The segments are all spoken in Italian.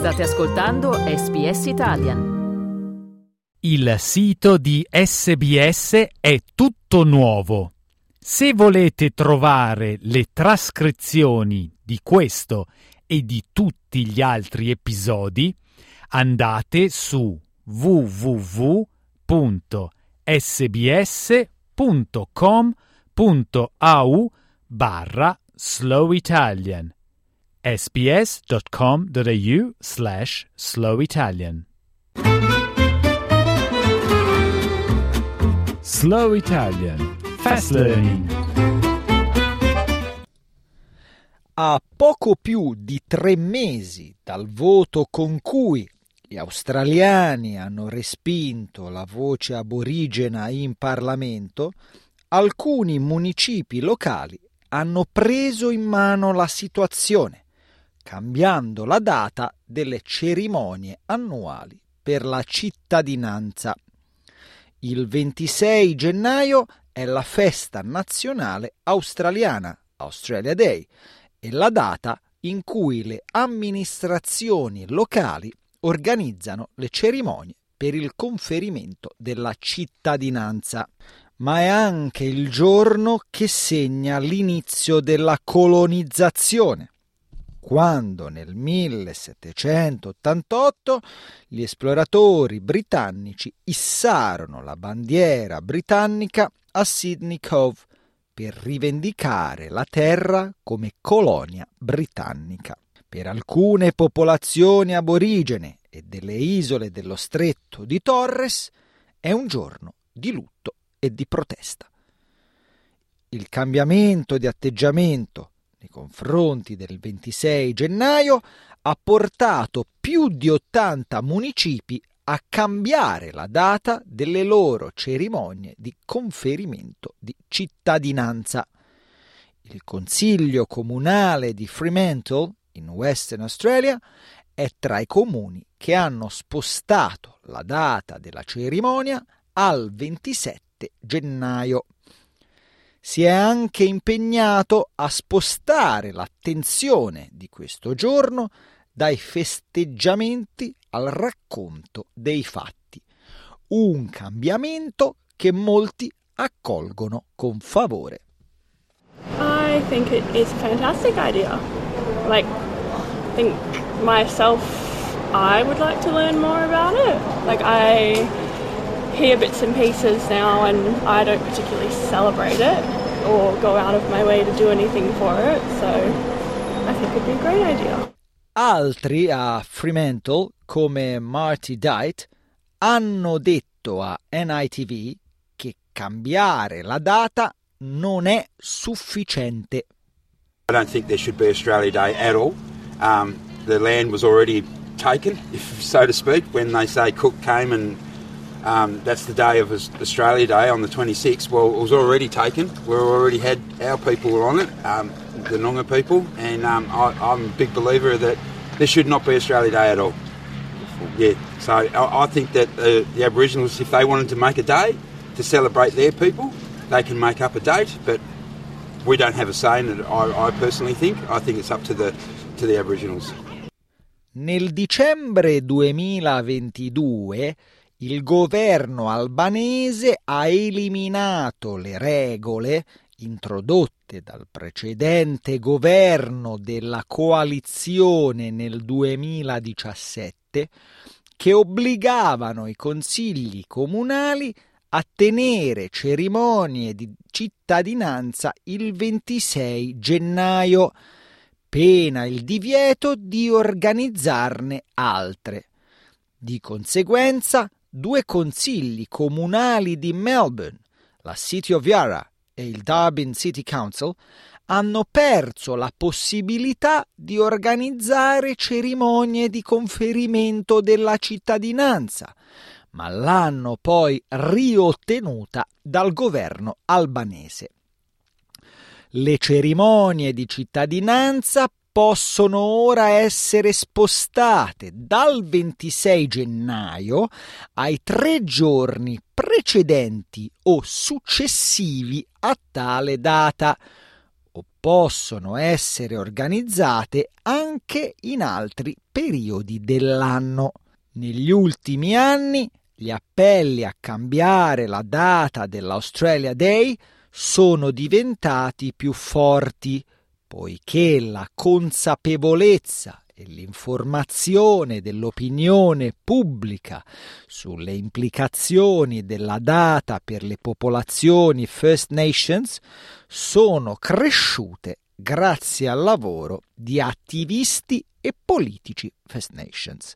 State ascoltando SBS Italian. Il sito di SBS è tutto nuovo. Se volete trovare le trascrizioni di questo e di tutti gli altri episodi, andate su www.sbs.com.au/slowitalian sbs.com.au/slowitalian. Slow Italian Fast Learning. A poco più di 3 mesi dal voto con cui gli australiani hanno respinto la voce aborigena in Parlamento, alcuni municipi locali hanno preso in mano la situazione, cambiando la data delle cerimonie annuali per la cittadinanza. Il 26 gennaio è la festa nazionale australiana, Australia Day, e la data in cui le amministrazioni locali organizzano le cerimonie per il conferimento della cittadinanza. Ma è anche il giorno che segna l'inizio della colonizzazione, quando nel 1788 gli esploratori britannici issarono la bandiera britannica a Sydney Cove per rivendicare la terra come colonia britannica. Per alcune popolazioni aborigene e delle isole dello Stretto di Torres è un giorno di lutto e di protesta. Il cambiamento di atteggiamento nei confronti del 26 gennaio ha portato più di 80 municipi a cambiare la data delle loro cerimonie di conferimento di cittadinanza. Il Consiglio Comunale di Fremantle, in Western Australia, è tra i comuni che hanno spostato la data della cerimonia al 27 gennaio. Si è anche impegnato a spostare l'attenzione di questo giorno dai festeggiamenti al racconto dei fatti, un cambiamento che molti accolgono con favore. I think it is a fantastic idea. I think myself, I would like to learn more about it. I hear bits and pieces now and I don't particularly celebrate it or go out of my way to do anything for it, so I think it'd be a great idea. Altri a Fremantle, come Marty Dight, hanno detto a NITV che cambiare la data non è sufficiente. I don't think there should be Australia Day at all. The land was already taken, if so to speak, when they say Cook came and that's the day of Australia Day on the 26th. Well, it was already taken. We already had our people on it, the Noongar people, and I'm a big believer that there should not be Australia Day at all. Yeah, so I think that the Aboriginals, if they wanted to make a day to celebrate their people, they can make up a date, but we don't have a say in it, I personally think. I think it's up to the Aboriginals. Nel dicembre 2022 il governo albanese ha eliminato le regole introdotte dal precedente governo della coalizione nel 2017 che obbligavano i consigli comunali a tenere cerimonie di cittadinanza il 26 gennaio, pena il divieto di organizzarne altre. Di conseguenza, 2 consigli comunali di Melbourne, la City of Yarra e il Darwin City Council, hanno perso la possibilità di organizzare cerimonie di conferimento della cittadinanza, ma l'hanno poi riottenuta dal governo albanese. Le cerimonie di cittadinanza possono ora essere spostate dal 26 gennaio ai 3 giorni precedenti o successivi a tale data, o possono essere organizzate anche anche in altri periodi dell'anno. Negli ultimi anni gli appelli a cambiare la data dell'Australia Day sono diventati più forti, poiché la consapevolezza e l'informazione dell'opinione pubblica sulle implicazioni della data per le popolazioni First Nations sono cresciute grazie al lavoro di attivisti e politici First Nations.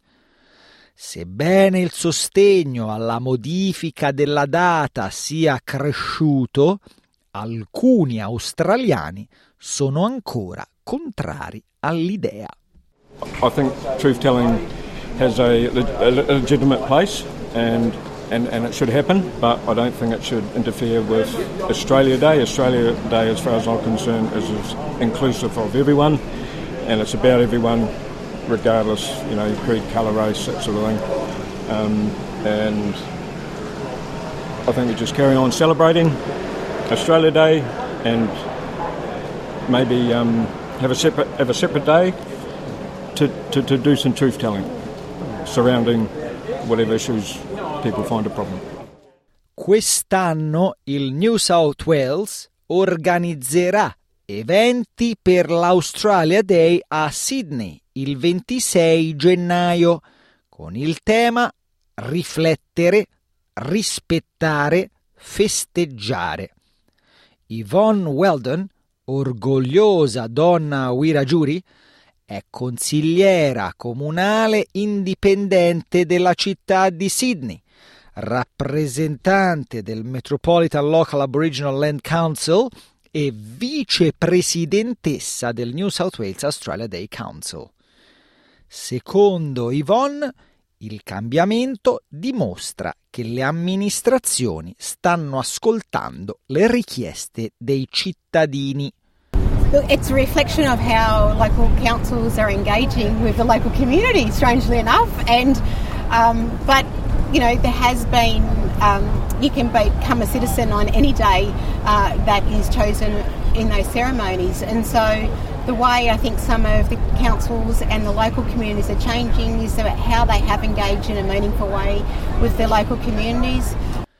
Sebbene il sostegno alla modifica della data sia cresciuto, alcuni australiani sono ancora contrari all'idea. I think truth-telling has a legitimate place and it should happen, but I don't think it should interfere with Australia Day. Australia Day, as far as I'm concerned, is inclusive of everyone, and it's about everyone, regardless, creed, colour, race, that sort of thing. And I think we just carry on celebrating Australia Day and maybe have a separate day to do some truth telling surrounding whatever issues people find a problem. Quest'anno il New South Wales organizzerà eventi per l'Australia Day a Sydney il 26 gennaio con il tema Riflettere, rispettare, festeggiare. Yvonne Weldon, orgogliosa donna Wiradjuri, è consigliera comunale indipendente della città di Sydney, rappresentante del Metropolitan Local Aboriginal Land Council e vicepresidentessa del New South Wales Australia Day Council. Secondo Yvonne, il cambiamento dimostra che le amministrazioni stanno ascoltando le richieste dei cittadini. Look, it's a reflection of how local councils are engaging with the local community, strangely enough. And but there has been you can become a citizen on any day that is chosen in those ceremonies. And so the way I think some of the councils and the local communities are changing is about how they have engaged in a meaningful way with their local communities.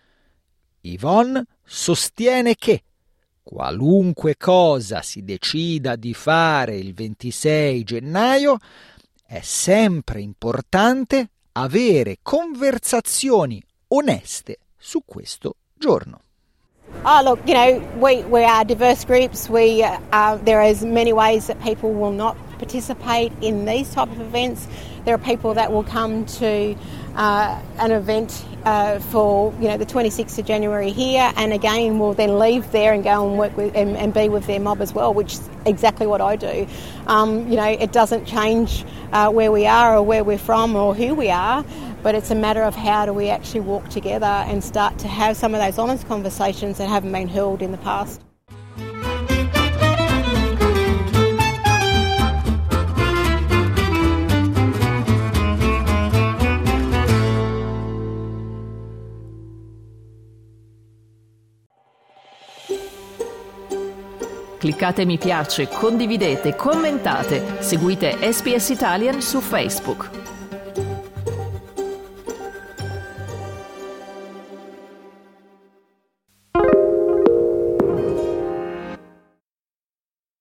Yvonne sostiene che qualunque cosa si decida di fare il 26 gennaio, è sempre importante avere conversazioni oneste su questo giorno. Oh, look, we are diverse groups. There are many ways that people will not participate in these type of events. There are people that will come to an event for the 26th of January here, and again will then leave there and go and work with and be with their mob as well, which is exactly what I do. It doesn't change where we are or where we're from or who we are, but it's a matter of how do we actually walk together and start to have some of those honest conversations that haven't been held in the past. Cliccate mi piace, condividete, commentate, seguite SBS Italian su Facebook.